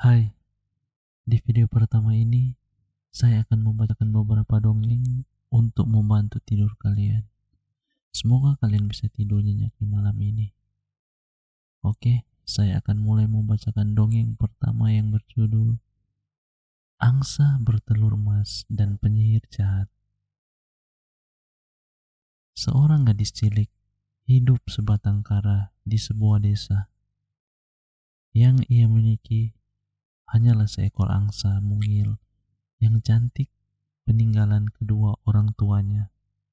Hai, di video pertama ini saya akan membacakan beberapa dongeng untuk membantu tidur kalian. Semoga kalian bisa tidur nyenyak di malam ini. Oke, saya akan mulai membacakan dongeng pertama yang berjudul Angsa Bertelur Emas dan Penyihir Jahat. Seorang gadis cilik hidup sebatang kara di sebuah desa. Yang ia miliki hanyalah seekor angsa mungil yang cantik peninggalan kedua orang tuanya.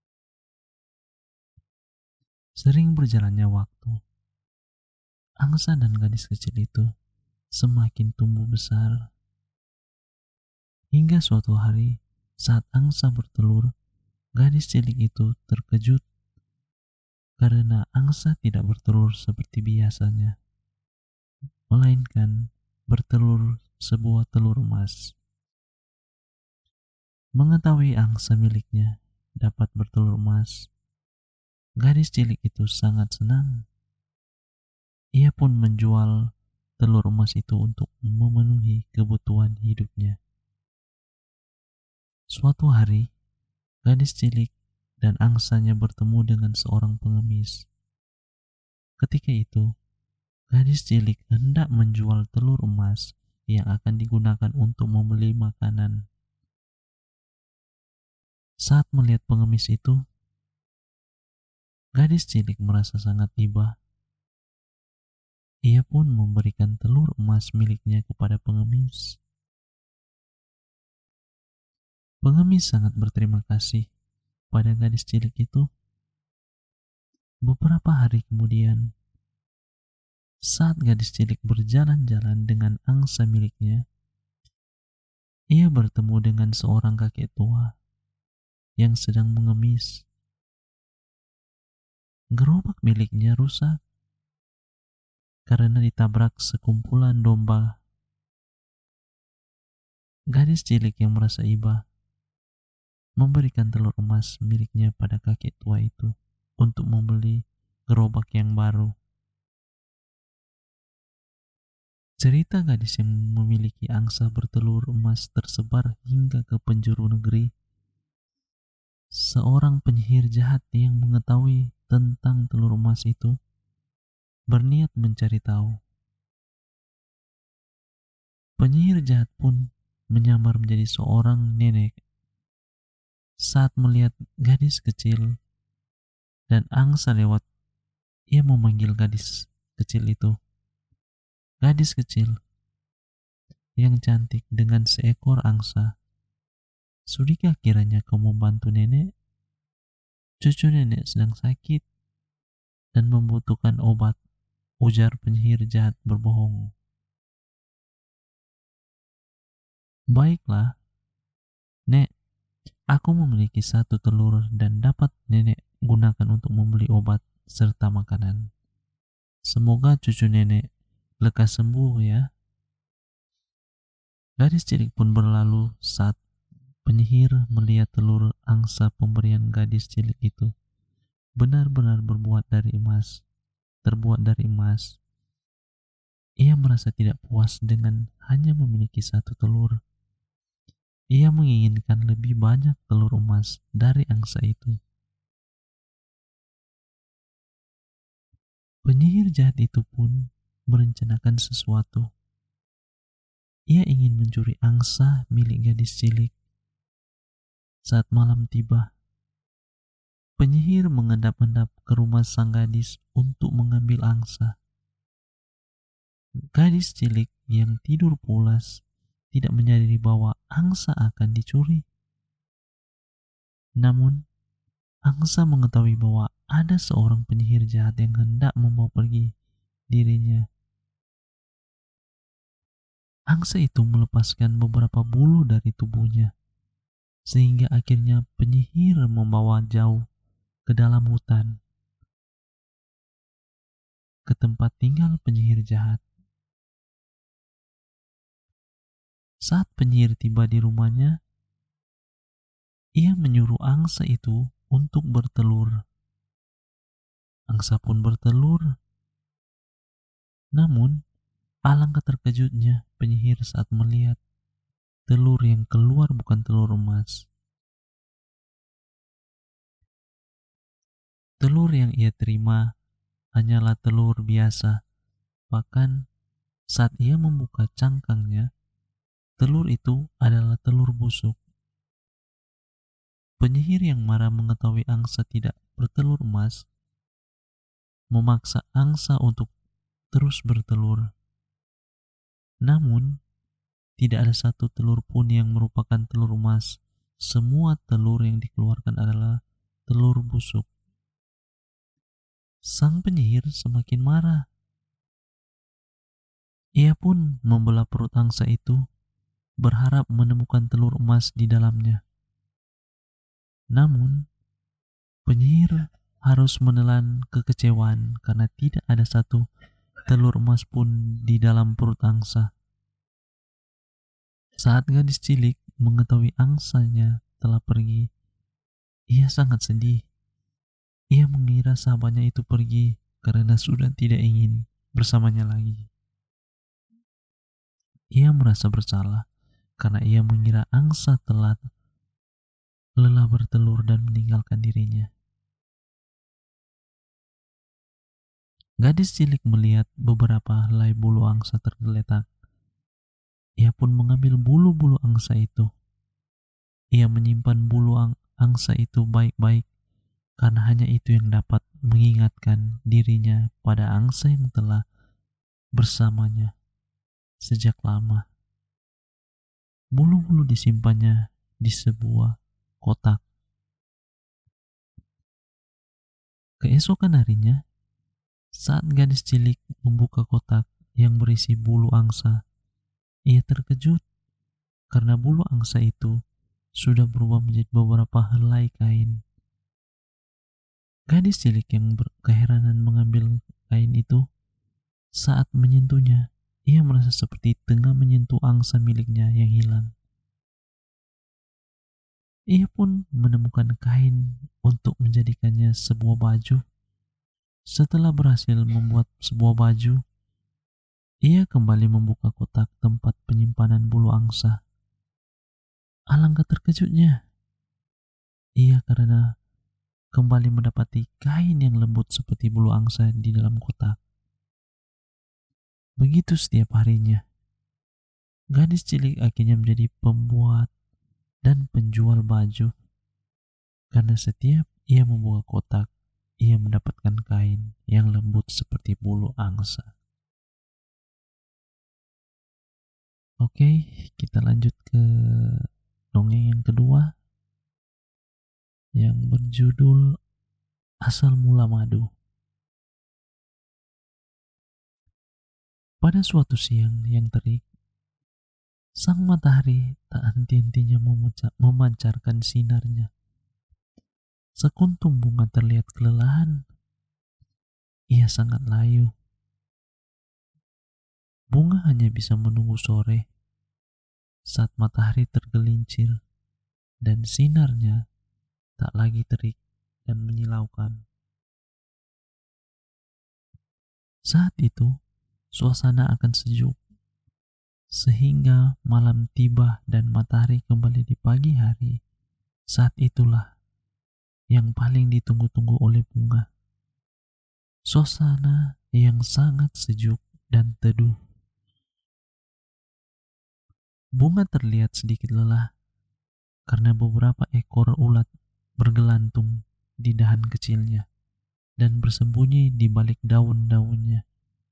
Sering berjalannya waktu, angsa dan gadis kecil itu semakin tumbuh besar. Hingga suatu hari, saat angsa bertelur, gadis cilik itu terkejut karena angsa tidak bertelur seperti biasanya, melainkan bertelur sebuah telur emas. Mengetahui angsa miliknya dapat bertelur emas, gadis cilik itu sangat senang. Ia pun menjual telur emas itu untuk memenuhi kebutuhan hidupnya. Suatu hari, gadis cilik dan angsanya bertemu dengan seorang pengemis. Ketika itu, gadis cilik hendak menjual telur emas yang akan digunakan untuk membeli makanan. Saat melihat pengemis itu, gadis cilik merasa sangat iba. Ia pun memberikan telur emas miliknya kepada pengemis. Pengemis sangat berterima kasih pada gadis cilik itu. Beberapa hari kemudian, saat gadis cilik berjalan-jalan dengan angsa miliknya, ia bertemu dengan seorang kakek tua yang sedang mengemis. Gerobak miliknya rusak karena ditabrak sekumpulan domba. Gadis cilik yang merasa iba memberikan telur emas miliknya pada kakek tua itu untuk membeli gerobak yang baru. Cerita gadis yang memiliki angsa bertelur emas tersebar hingga ke penjuru negeri. Seorang penyihir jahat yang mengetahui tentang telur emas itu berniat mencari tahu. Penyihir jahat pun menyamar menjadi seorang nenek. Saat melihat gadis kecil dan angsa lewat, ia memanggil gadis kecil itu. Gadis kecil yang cantik dengan seekor angsa. Sudikah kiranya kau membantu nenek? Cucu nenek sedang sakit dan membutuhkan obat, ujar penyihir jahat berbohong. Baiklah, Nek, aku memiliki satu telur dan dapat nenek gunakan untuk membeli obat serta makanan. Semoga cucu nenek lekas sembuh ya. Gadis cilik pun berlalu saat penyihir melihat telur angsa pemberian gadis cilik itu benar-benar terbuat dari emas. Ia merasa tidak puas dengan hanya memiliki satu telur. Ia menginginkan lebih banyak telur emas dari angsa itu. Penyihir jahat itu pun merencanakan sesuatu. Ia ingin mencuri angsa milik gadis cilik. Saat malam tiba, penyihir mengendap-endap ke rumah sang gadis untuk mengambil angsa. Gadis cilik yang tidur pulas tidak menyadari bahwa angsa akan dicuri. Namun, angsa mengetahui bahwa ada seorang penyihir jahat yang hendak membawa pergi dirinya. Angsa itu melepaskan beberapa bulu dari tubuhnya, sehingga akhirnya penyihir membawa jauh ke dalam hutan, ke tempat tinggal penyihir jahat. Saat penyihir tiba di rumahnya, ia menyuruh angsa itu untuk bertelur. Angsa pun bertelur. Namun, Alangkah terkejutnya penyihir saat melihat telur yang keluar bukan telur emas. Telur yang ia terima hanyalah telur biasa. Bahkan saat ia membuka cangkangnya, telur itu adalah telur busuk. Penyihir yang marah mengetahui angsa tidak bertelur emas, memaksa angsa untuk terus bertelur. Namun, tidak ada satu telur pun yang merupakan telur emas. Semua telur yang dikeluarkan adalah telur busuk. Sang penyihir semakin marah. Ia pun membelah perut angsa itu, berharap menemukan telur emas di dalamnya. Namun, penyihir harus menelan kekecewaan karena tidak ada satu telur emas pun di dalam perut angsa. Saat gadis cilik mengetahui angsanya telah pergi, ia sangat sedih. Ia mengira sahabatnya itu pergi karena sudah tidak ingin bersamanya lagi. Ia merasa bersalah karena ia mengira angsa telah lelah bertelur dan meninggalkan dirinya. Gadis cilik melihat beberapa helai bulu angsa tergeletak. Ia pun mengambil bulu-bulu angsa itu. Ia menyimpan bulu angsa itu baik-baik karena hanya itu yang dapat mengingatkan dirinya pada angsa yang telah bersamanya sejak lama. Bulu-bulu disimpannya di sebuah kotak. Keesokan harinya, saat gadis cilik membuka kotak yang berisi bulu angsa, ia terkejut karena bulu angsa itu sudah berubah menjadi beberapa helai kain. Gadis cilik yang berkeheranan mengambil kain itu. Saat menyentuhnya, ia merasa seperti tengah menyentuh angsa miliknya yang hilang. Ia pun menemukan kain untuk menjadikannya sebuah baju. Setelah berhasil membuat sebuah baju, ia kembali membuka kotak tempat penyimpanan bulu angsa. Alangkah terkejutnya ia karena kembali mendapati kain yang lembut seperti bulu angsa di dalam kotak. Begitu setiap harinya, gadis cilik akhirnya menjadi pembuat dan penjual baju. Karena setiap ia membuka kotak, ia mendapatkan kain yang lembut seperti bulu angsa. Oke, kita lanjut ke dongeng yang kedua yang berjudul Asal Mula Madu. Pada suatu siang yang terik, sang matahari tak henti-hentinya memancarkan sinarnya. Sekuntum bunga terlihat kelelahan. Ia sangat layu. Bunga hanya bisa menunggu sore saat matahari tergelincir dan sinarnya tak lagi terik dan menyilaukan. Saat itu, suasana akan sejuk, sehingga malam tiba dan matahari kembali di pagi hari. Saat itulah yang paling ditunggu-tunggu oleh bunga. Suasana yang sangat sejuk dan teduh. Bunga terlihat sedikit lelah karena beberapa ekor ulat bergelantung di dahan kecilnya dan bersembunyi di balik daun-daunnya,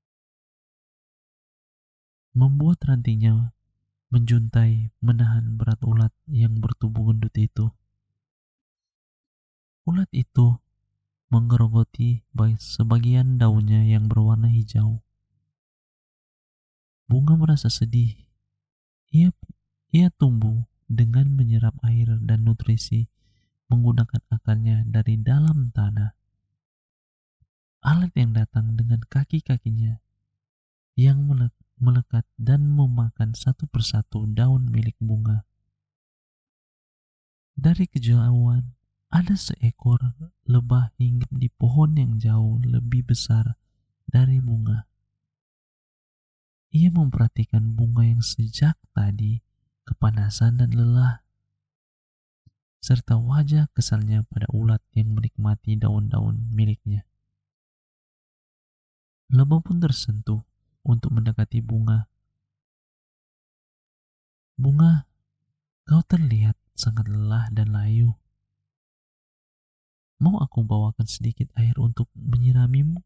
membuat rantingnya menjuntai menahan berat ulat yang bertubuh gendut itu. Ulat itu menggerogoti sebagian daunnya yang berwarna hijau. Bunga merasa sedih. Ia tumbuh dengan menyerap air dan nutrisi menggunakan akarnya dari dalam tanah. Alat yang datang dengan kaki-kakinya yang melekat dan memakan satu persatu daun milik bunga. Dari kejauhan, ada seekor lebah hinggap di pohon yang jauh lebih besar dari bunga. Ia memperhatikan bunga yang sejak tadi kepanasan dan lelah, serta wajah kesalnya pada ulat yang menikmati daun-daun miliknya. Lebah pun tersentuh untuk mendekati bunga. Bunga, kau terlihat sangat lelah dan layu. Mau aku bawakan sedikit air untuk menyiramimu?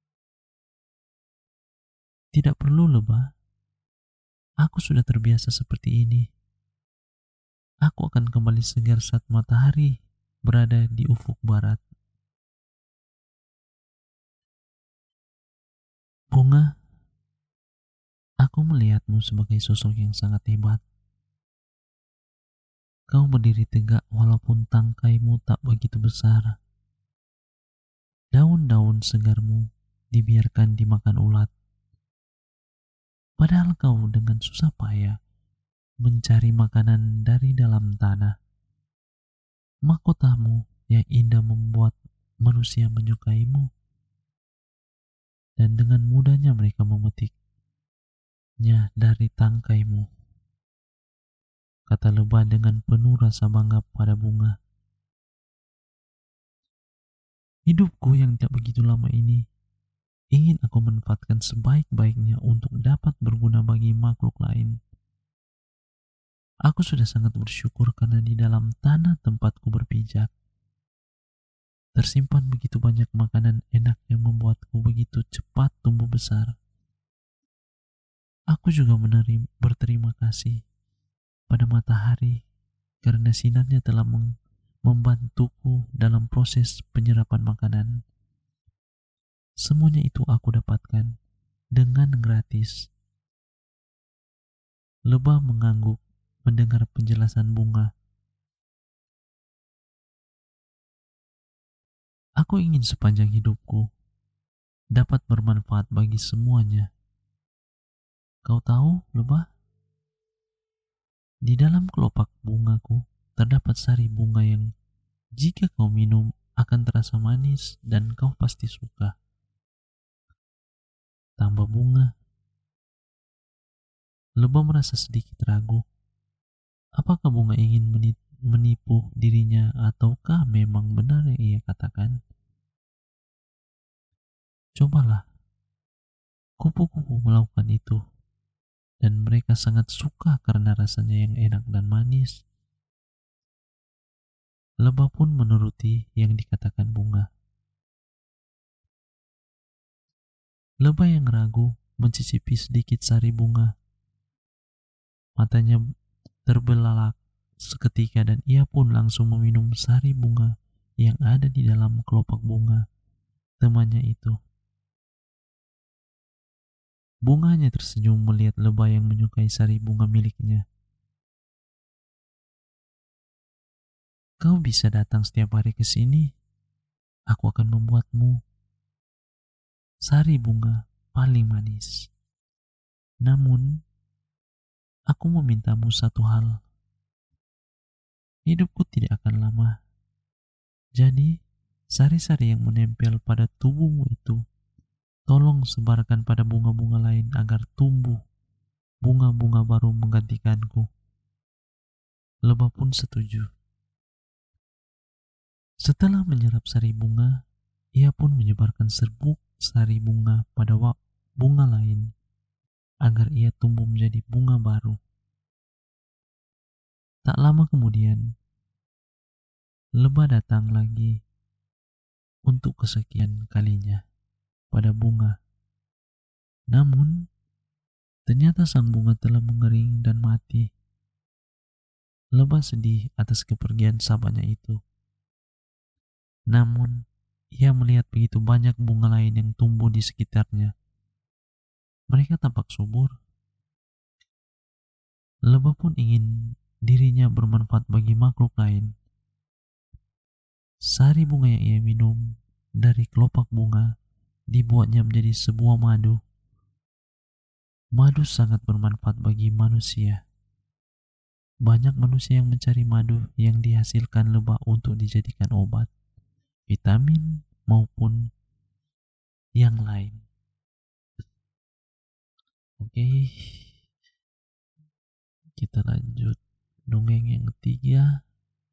Tidak perlu, lebah. Aku sudah terbiasa seperti ini. Aku akan kembali segar saat matahari berada di ufuk barat. Bunga, aku melihatmu sebagai sosok yang sangat hebat. Kau berdiri tegak walaupun tangkaimu tak begitu besar. Daun-daun segarmu dibiarkan dimakan ulat. Padahal kau dengan susah payah mencari makanan dari dalam tanah. Mahkotamu yang indah membuat manusia menyukaimu, dan dengan mudahnya mereka memetiknya dari tangkaimu, kata lebah dengan penuh rasa bangga pada bunga. Hidupku yang tak begitu lama ini ingin aku manfaatkan sebaik-baiknya untuk dapat berguna bagi makhluk lain. Aku sudah sangat bersyukur karena di dalam tanah tempatku berpijak tersimpan begitu banyak makanan enak yang membuatku begitu cepat tumbuh besar. Aku juga berterima kasih pada matahari karena sinarnya telah membantuku dalam proses penyerapan makanan. Semuanya itu aku dapatkan dengan gratis. Lebah mengangguk mendengar penjelasan bunga. Aku ingin sepanjang hidupku dapat bermanfaat bagi semuanya. Kau tahu, lebah? Di dalam kelopak bungaku terdapat sari bunga yang jika kau minum akan terasa manis dan kau pasti suka. Tambah bunga. Lebah merasa sedikit ragu. Apakah bunga ingin menipu dirinya ataukah memang benar yang ia katakan? Cobalah kupu-kupu melakukan itu, dan mereka sangat suka karena rasanya yang enak dan manis. Lebah pun menuruti yang dikatakan bunga. Lebah yang ragu mencicipi sedikit sari bunga. Matanya terbelalak seketika dan ia pun langsung meminum sari bunga yang ada di dalam kelopak bunga temannya itu. Bunga hanya tersenyum melihat lebah yang menyukai sari bunga miliknya. Kau bisa datang setiap hari ke sini. Aku akan membuatmu sari bunga paling manis. Namun, aku memintamu satu hal. Hidupku tidak akan lama. Jadi, sari-sari yang menempel pada tubuhmu itu, tolong sebarkan pada bunga-bunga lain agar tumbuh bunga-bunga baru menggantikanku. Lebah pun setuju. Setelah menyerap sari bunga, ia pun menyebarkan serbuk sari bunga pada bunga lain agar ia tumbuh menjadi bunga baru. Tak lama kemudian, lebah datang lagi untuk kesekian kalinya pada bunga. Namun, ternyata sang bunga telah mengering dan mati. Lebah sedih atas kepergian sahabatnya itu. Namun, ia melihat begitu banyak bunga lain yang tumbuh di sekitarnya. Mereka tampak subur. Lebah pun ingin dirinya bermanfaat bagi makhluk lain. Sari bunga yang ia minum dari kelopak bunga dibuatnya menjadi sebuah madu. Madu sangat bermanfaat bagi manusia. Banyak manusia yang mencari madu yang dihasilkan lebah untuk dijadikan obat, vitamin, maupun yang lain. Oke, kita lanjut. Dongeng yang ketiga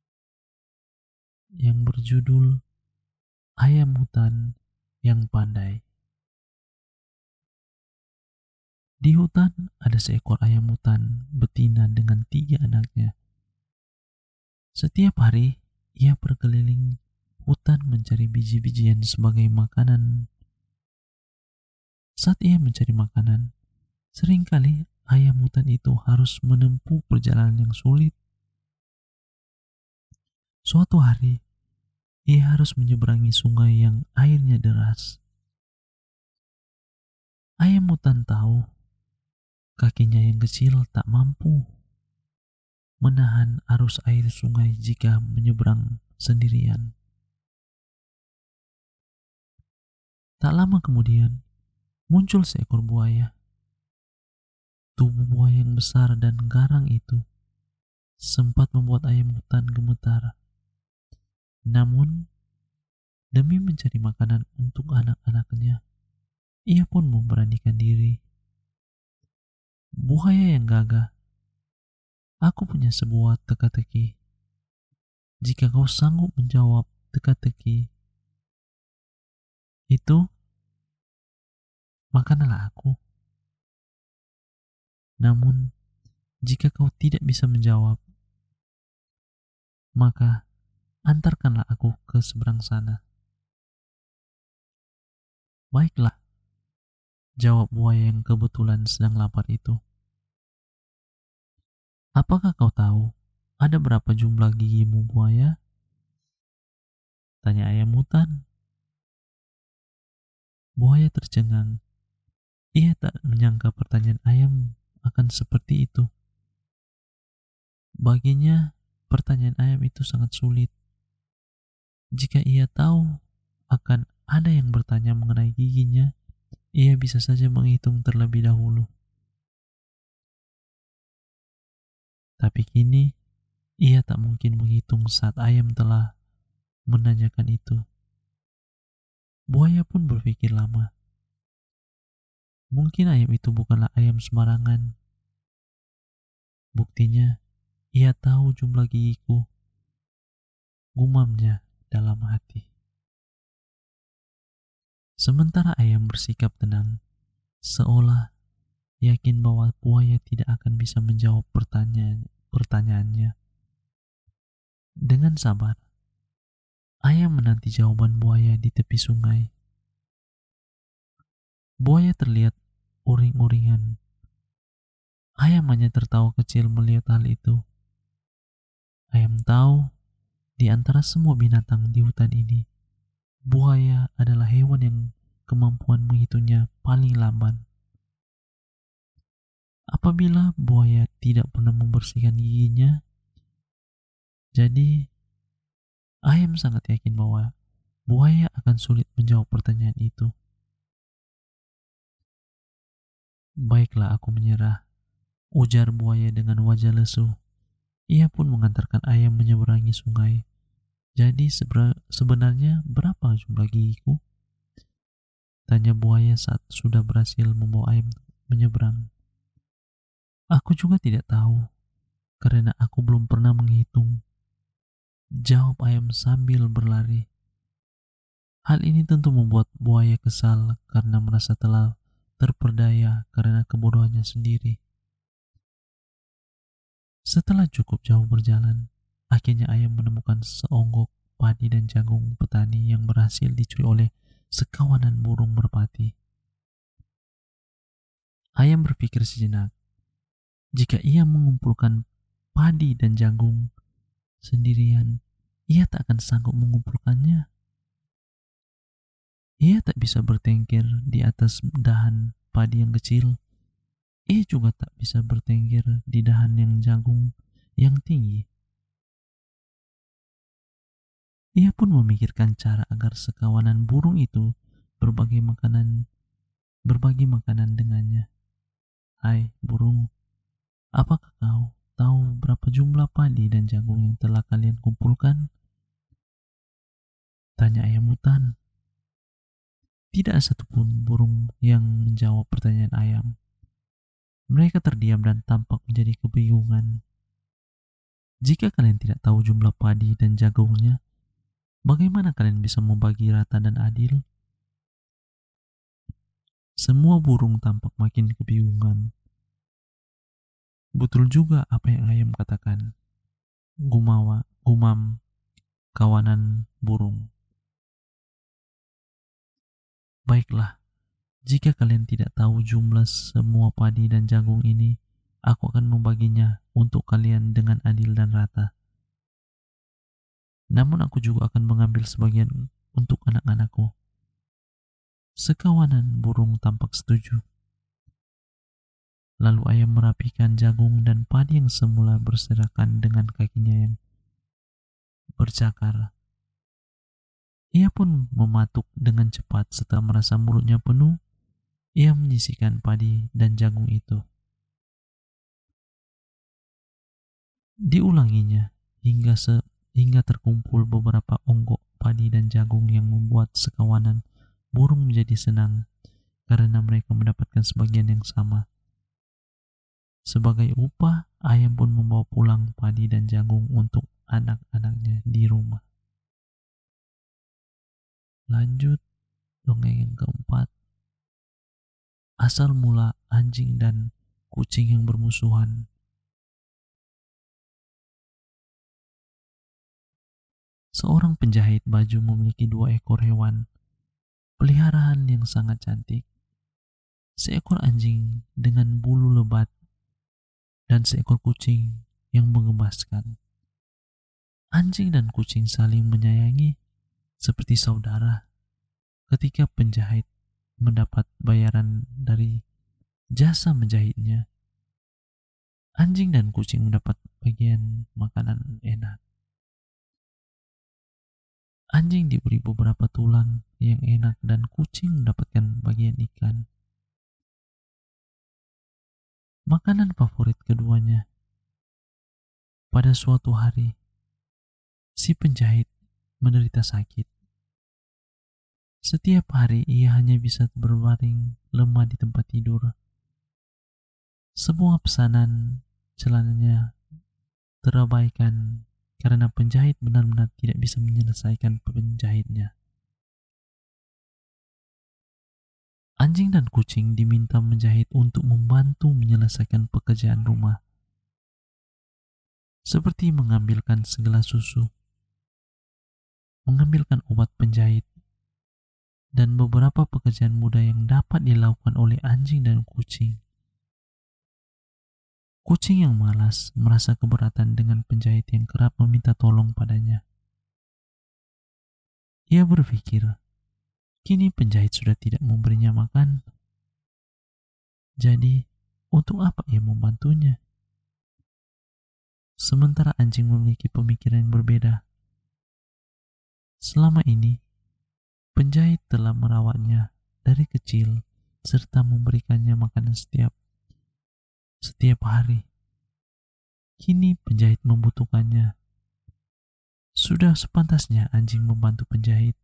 yang berjudul Ayam Hutan yang Pandai. Di hutan ada seekor ayam hutan betina dengan 3 anaknya. Setiap hari ia berkeliling hutan mencari biji-bijian sebagai makanan. Saat ia mencari makanan, seringkali ayam hutan itu harus menempuh perjalanan yang sulit. Suatu hari, ia harus menyeberangi sungai yang airnya deras. Ayam hutan tahu kakinya yang kecil tak mampu menahan arus air sungai jika menyeberang sendirian. Tak lama kemudian, muncul seekor buaya. Tubuh buaya yang besar dan garang itu sempat membuat ayam hutan gemetar. Namun, demi mencari makanan untuk anak-anaknya, ia pun memberanikan diri. Buaya yang gagah, aku punya sebuah teka-teki. Jika kau sanggup menjawab teka-teki itu, makanlah aku. Namun, jika kau tidak bisa menjawab, maka antarkanlah aku ke seberang sana. Baiklah, jawab buaya yang kebetulan sedang lapar itu. Apakah kau tahu ada berapa jumlah gigimu buaya? Tanya ayam hutan. Buaya tercengang. Ia tak menyangka pertanyaan ayam akan seperti itu. Baginya, pertanyaan ayam itu sangat sulit. Jika ia tahu akan ada yang bertanya mengenai giginya, ia bisa saja menghitung terlebih dahulu. Tapi kini, ia tak mungkin menghitung saat ayam telah menanyakan itu. Buaya pun berpikir lama. Mungkin ayam itu bukanlah ayam sembarangan. Buktinya, ia tahu jumlah gigiku, gumamnya dalam hati. Sementara ayam bersikap tenang, seolah yakin bahwa buaya tidak akan bisa menjawab pertanyaannya. Dengan sabar, ayam menanti jawaban buaya di tepi sungai. Buaya terlihat uring-uringan. Ayam hanya tertawa kecil melihat hal itu. Ayam tahu, di antara semua binatang di hutan ini, buaya adalah hewan yang kemampuan menghitungnya paling lamban. Apabila buaya tidak pernah membersihkan giginya, jadi ayam sangat yakin bahwa buaya akan sulit menjawab pertanyaan itu. Baiklah, aku menyerah, ujar buaya dengan wajah lesu. Ia pun mengantarkan ayam menyeberangi sungai. Jadi sebenarnya berapa jumlah gigiku? Tanya buaya saat sudah berhasil membawa ayam menyeberang. Aku juga tidak tahu, karena aku belum pernah menghitung. Jawab ayam sambil berlari. Hal ini tentu membuat buaya kesal karena merasa telah terperdaya karena kebodohannya sendiri. Setelah cukup jauh berjalan, akhirnya ayam menemukan seonggok padi dan jagung petani yang berhasil dicuri oleh sekawanan burung merpati. Ayam berpikir sejenak, jika ia mengumpulkan padi dan jagung sendirian, ia tak akan sanggup mengumpulkannya. Ia tak bisa bertengkir di atas dahan padi yang kecil. Ia juga tak bisa bertengkir di dahan yang jagung yang tinggi. Ia pun memikirkan cara agar sekawanan burung itu berbagi makanan dengannya. Hai burung, apakah kau tahu berapa jumlah padi dan jagung yang telah kalian kumpulkan? Tanya ayam hutan. Tidak satupun burung yang menjawab pertanyaan ayam. Mereka terdiam dan tampak menjadi kebingungan. Jika kalian tidak tahu jumlah padi dan jagungnya, bagaimana kalian bisa membagi rata dan adil? Semua burung tampak makin kebingungan. Betul juga apa yang ayam katakan. Gumam kawanan burung. Baiklah, jika kalian tidak tahu jumlah semua padi dan jagung ini, aku akan membaginya untuk kalian dengan adil dan rata. Namun aku juga akan mengambil sebagian untuk anak-anakku. Sekawanan burung tampak setuju. Lalu ayam merapikan jagung dan padi yang semula berserakan dengan kakinya yang bercakar. Ia pun mematuk dengan cepat setelah merasa mulutnya penuh. Ia menyisihkan padi dan jagung itu. Diulanginya hingga terkumpul beberapa onggok padi dan jagung yang membuat sekawanan burung menjadi senang karena mereka mendapatkan sebagian yang sama. Sebagai upah, ayam pun membawa pulang padi dan jagung untuk anak-anaknya di rumah. Lanjut dongeng yang keempat. Asal mula anjing dan kucing yang bermusuhan. Seorang penjahit baju memiliki 2 ekor hewan peliharaan yang sangat cantik. Seekor anjing dengan bulu lebat dan seekor kucing yang menggemaskan. Anjing dan kucing saling menyayangi seperti saudara. Ketika penjahit mendapat bayaran dari jasa menjahitnya, anjing dan kucing mendapat bagian makanan enak. Anjing diberi beberapa tulang yang enak dan kucing mendapatkan bagian ikan. Makanan favorit keduanya. Pada suatu hari, si penjahit menderita sakit. Setiap hari ia hanya bisa berbaring lemah di tempat tidur. Semua pesanan celananya terabaikan karena penjahit benar-benar tidak bisa menyelesaikan penjahitnya. Anjing dan kucing diminta menjahit untuk membantu menyelesaikan pekerjaan rumah, seperti mengambilkan segelas susu, mengambilkan obat penjahit, dan beberapa pekerjaan mudah yang dapat dilakukan oleh anjing dan kucing. Kucing yang malas merasa keberatan dengan penjahit yang kerap meminta tolong padanya. Ia berpikir, kini penjahit sudah tidak memberinya makan. Jadi, untuk apa ia membantunya? Sementara anjing memiliki pemikiran yang berbeda. Selama ini, penjahit telah merawatnya dari kecil serta memberikannya makanan setiap hari. Kini penjahit membutuhkannya. Sudah sepantasnya anjing membantu penjahit.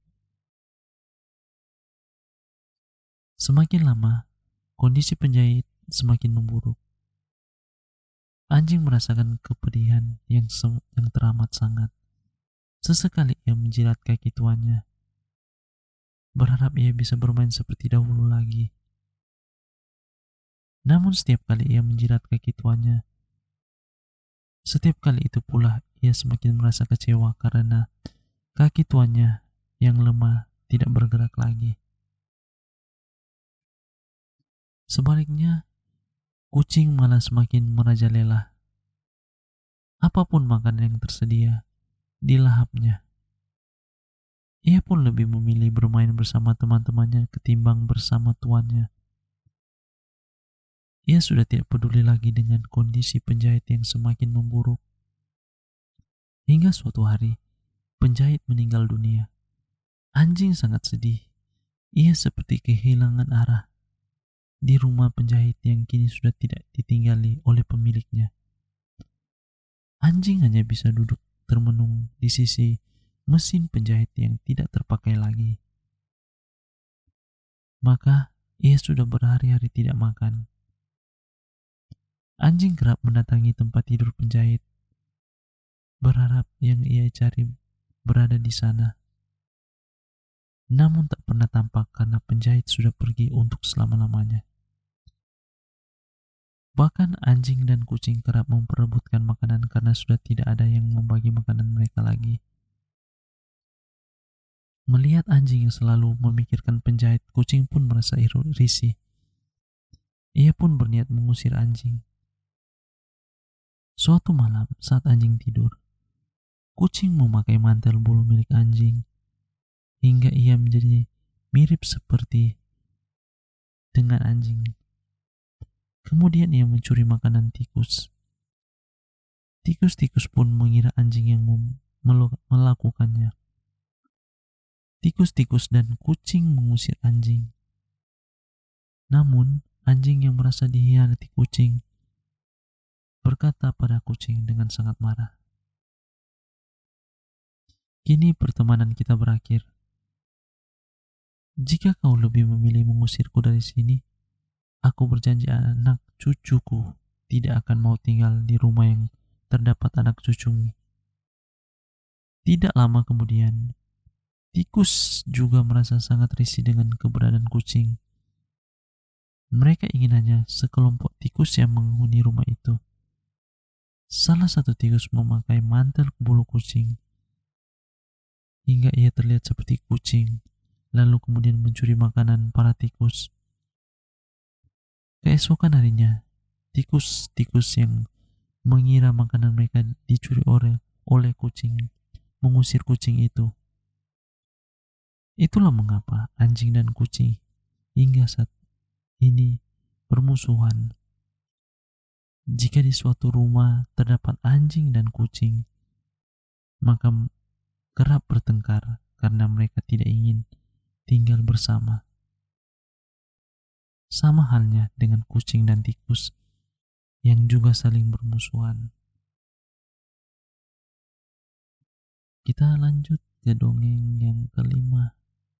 Semakin lama, kondisi penjahit semakin memburuk. Anjing merasakan kepedihan yang teramat sangat. Sesekali ia menjilat kaki tuannya, berharap ia bisa bermain seperti dahulu lagi. Namun setiap kali ia menjilat kaki tuannya, setiap kali itu pula ia semakin merasa kecewa karena kaki tuannya yang lemah tidak bergerak lagi. Sebaliknya, kucing malah semakin merajalela. Apapun makanan yang tersedia, dilahapnya. Ia pun lebih memilih bermain bersama teman-temannya ketimbang bersama tuannya. Ia sudah tidak peduli lagi dengan kondisi penjahit yang semakin memburuk. Hingga suatu hari, penjahit meninggal dunia. Anjing sangat sedih. Ia seperti kehilangan arah di rumah penjahit yang kini sudah tidak ditinggali oleh pemiliknya. Anjing hanya bisa duduk termenung di sisi mesin penjahit yang tidak terpakai lagi. Maka ia sudah berhari-hari tidak makan. Anjing kerap mendatangi tempat tidur penjahit, berharap yang ia cari berada di sana. Namun tak pernah tampak karena penjahit sudah pergi untuk selama-lamanya. Bahkan anjing dan kucing kerap memperebutkan makanan karena sudah tidak ada yang membagi makanan mereka lagi. Melihat anjing yang selalu memikirkan penjahit, kucing pun merasa risih. Ia pun berniat mengusir anjing. Suatu malam saat anjing tidur, kucing memakai mantel bulu milik anjing hingga ia menjadi mirip seperti dengan anjing. Kemudian ia mencuri makanan tikus. Tikus-tikus pun mengira anjing yang melakukannya. Tikus-tikus dan kucing mengusir anjing. Namun, anjing yang merasa dikhianati kucing berkata pada kucing dengan sangat marah, "Kini pertemanan kita berakhir. Jika kau lebih memilih mengusirku dari sini, aku berjanji anak cucuku tidak akan mau tinggal di rumah yang terdapat anak cucumu." Tidak lama kemudian, tikus juga merasa sangat risih dengan keberadaan kucing. Mereka ingin hanya sekelompok tikus yang menghuni rumah itu. Salah satu tikus memakai mantel bulu kucing hingga ia terlihat seperti kucing, lalu kemudian mencuri makanan para tikus. Keesokan harinya, tikus-tikus yang mengira makanan mereka dicuri oleh kucing mengusir kucing itu. Itulah mengapa anjing dan kucing hingga saat ini bermusuhan. Jika di suatu rumah terdapat anjing dan kucing, maka kerap bertengkar karena mereka tidak ingin tinggal bersama. Sama halnya dengan kucing dan tikus yang juga saling bermusuhan. Kita lanjut ke dongeng yang kelima,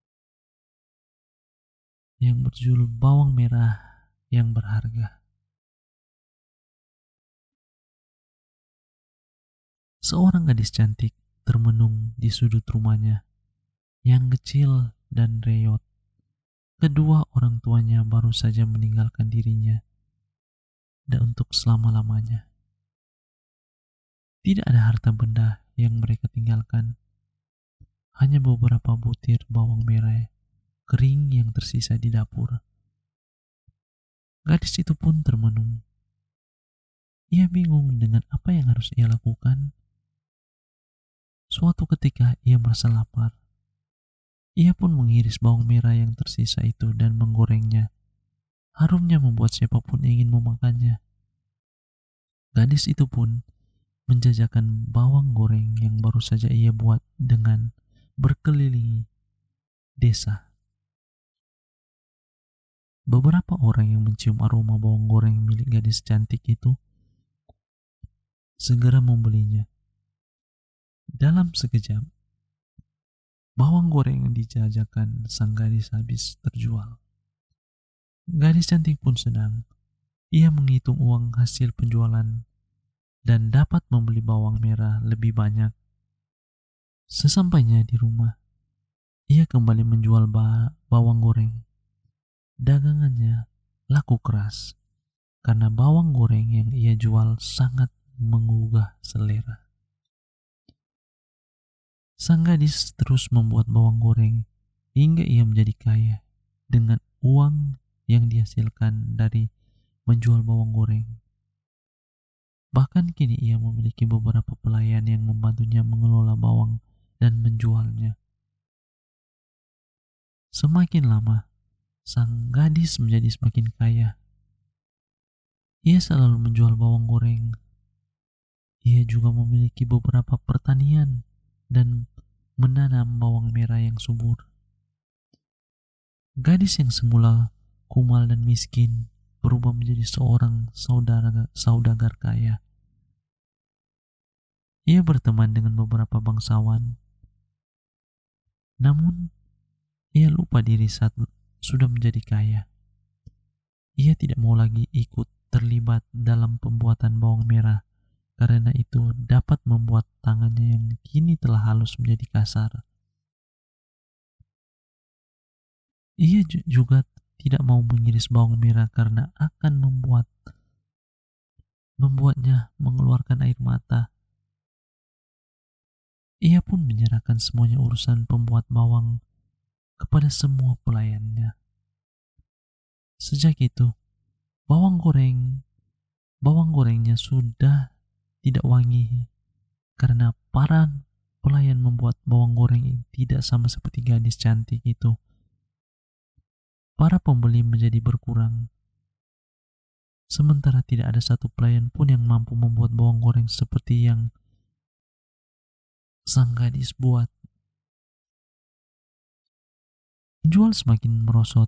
yang berjudul Bawang Merah yang Berharga. Seorang gadis cantik termenung di sudut rumahnya yang kecil dan reot. Kedua orang tuanya baru saja meninggalkan dirinya dan untuk selama-lamanya. Tidak ada harta benda yang mereka tinggalkan, hanya beberapa butir bawang merah kering yang tersisa di dapur. Gadis itu pun termenung. Ia bingung dengan apa yang harus ia lakukan. Suatu ketika ia merasa lapar. Ia pun mengiris bawang merah yang tersisa itu dan menggorengnya. Harumnya membuat siapapun ingin memakannya. Gadis itu pun menjajakan bawang goreng yang baru saja ia buat dengan berkeliling desa. Beberapa orang yang mencium aroma bawang goreng milik gadis cantik itu segera membelinya. Dalam sekejap, bawang goreng yang dijajakan sang gadis habis terjual. Gadis cantik pun senang. Ia menghitung uang hasil penjualan dan dapat membeli bawang merah lebih banyak. Sesampainya di rumah, ia kembali menjual bawang goreng. Dagangannya laku keras karena bawang goreng yang ia jual sangat menggugah selera. Sang gadis terus membuat bawang goreng hingga ia menjadi kaya dengan uang yang dihasilkan dari menjual bawang goreng. Bahkan kini ia memiliki beberapa pelayan yang membantunya mengelola bawang dan menjualnya. Semakin lama, sang gadis menjadi semakin kaya. Ia selalu menjual bawang goreng. Ia juga memiliki beberapa pertanian dan menanam bawang merah yang subur. Gadis yang semula kumal dan miskin berubah menjadi seorang saudagar kaya. Ia berteman dengan beberapa bangsawan. Namun, ia lupa diri saat sudah menjadi kaya. Ia tidak mau lagi ikut terlibat dalam pembuatan bawang merah, karena itu dapat membuat tangannya yang kini telah halus menjadi kasar. Ia juga tidak mau mengiris bawang merah karena akan membuatnya mengeluarkan air mata. Ia pun menyerahkan semuanya urusan pembuat bawang kepada semua pelayannya. Sejak itu, bawang gorengnya sudah tidak wangi karena para pelayan membuat bawang goreng tidak sama seperti gadis cantik itu. Para pembeli menjadi berkurang, sementara tidak ada satu pelayan pun yang mampu membuat bawang goreng seperti yang sang gadis buat. Penjual semakin merosot.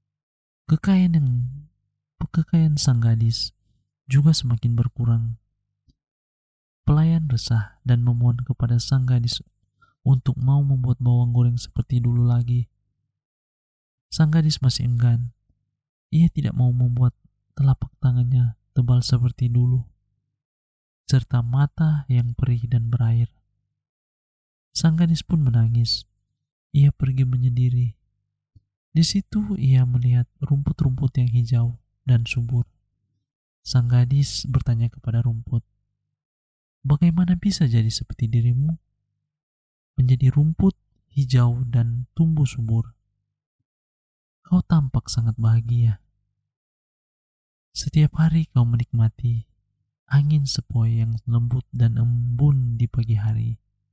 Kekayaan sang gadis juga semakin berkurang. Pelayan resah dan memohon kepada sang gadis untuk mau membuat bawang goreng seperti dulu lagi. Sang gadis masih enggan. Ia tidak mau membuat telapak tangannya tebal seperti dulu, serta mata yang perih dan berair. Sang gadis pun menangis. Ia pergi menyendiri. Di situ ia melihat rumput-rumput yang hijau dan subur. Sang gadis bertanya kepada rumput, "Bagaimana bisa jadi seperti dirimu? Menjadi rumput hijau dan tumbuh subur. Kau tampak sangat bahagia. Setiap hari kau menikmati angin sepoi yang lembut dan embun di pagi hari.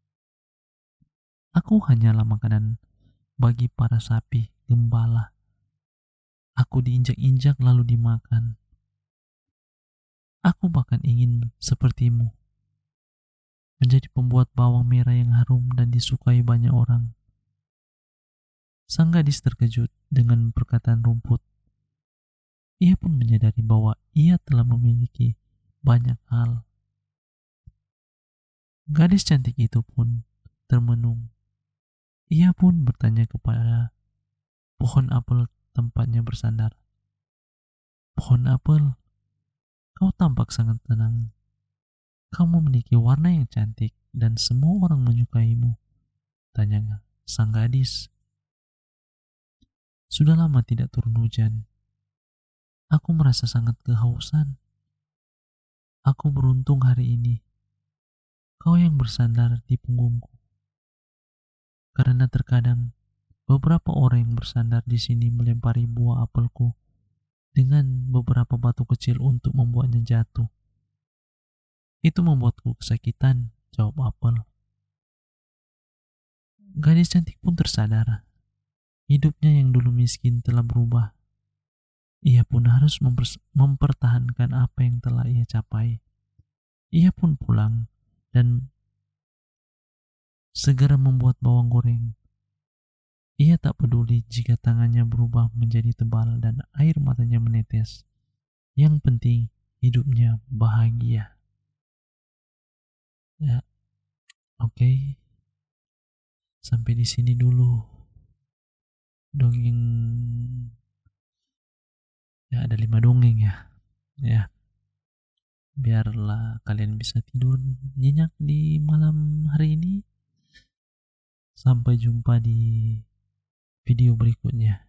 Aku hanyalah makanan bagi para sapi gembala. Aku diinjak-injak lalu dimakan. Aku bahkan ingin sepertimu, menjadi pembuat bawang merah yang harum dan disukai banyak orang." Sang gadis terkejut dengan perkataan rumput. Ia pun menyadari bahwa ia telah memiliki banyak hal. Gadis cantik itu pun termenung. Ia pun bertanya kepada pohon apel tempatnya bersandar. "Pohon apel, kau tampak sangat tenang. Kau memiliki warna yang cantik dan semua orang menyukaimu," tanya sang gadis. "Sudah lama tidak turun hujan. Aku merasa sangat kehausan. Aku beruntung hari ini. Kau yang bersandar di punggungku. Karena terkadang beberapa orang yang bersandar di sini melempari buah apelku dengan beberapa batu kecil untuk membuatnya jatuh. Itu membuatku kesakitan," jawab apel. Gadis cantik pun tersadar. Hidupnya yang dulu miskin telah berubah. Ia pun harus mempertahankan apa yang telah ia capai. Ia pun pulang dan segera membuat bawang goreng. Ia tak peduli jika tangannya berubah menjadi tebal dan air matanya menetes. Yang penting hidupnya bahagia. Ya, oke. Sampai di sini dulu dongeng. Ya, ada 5 dongeng ya. Ya, biarlah kalian bisa tidur nyenyak di malam hari ini. Sampai jumpa di video berikutnya.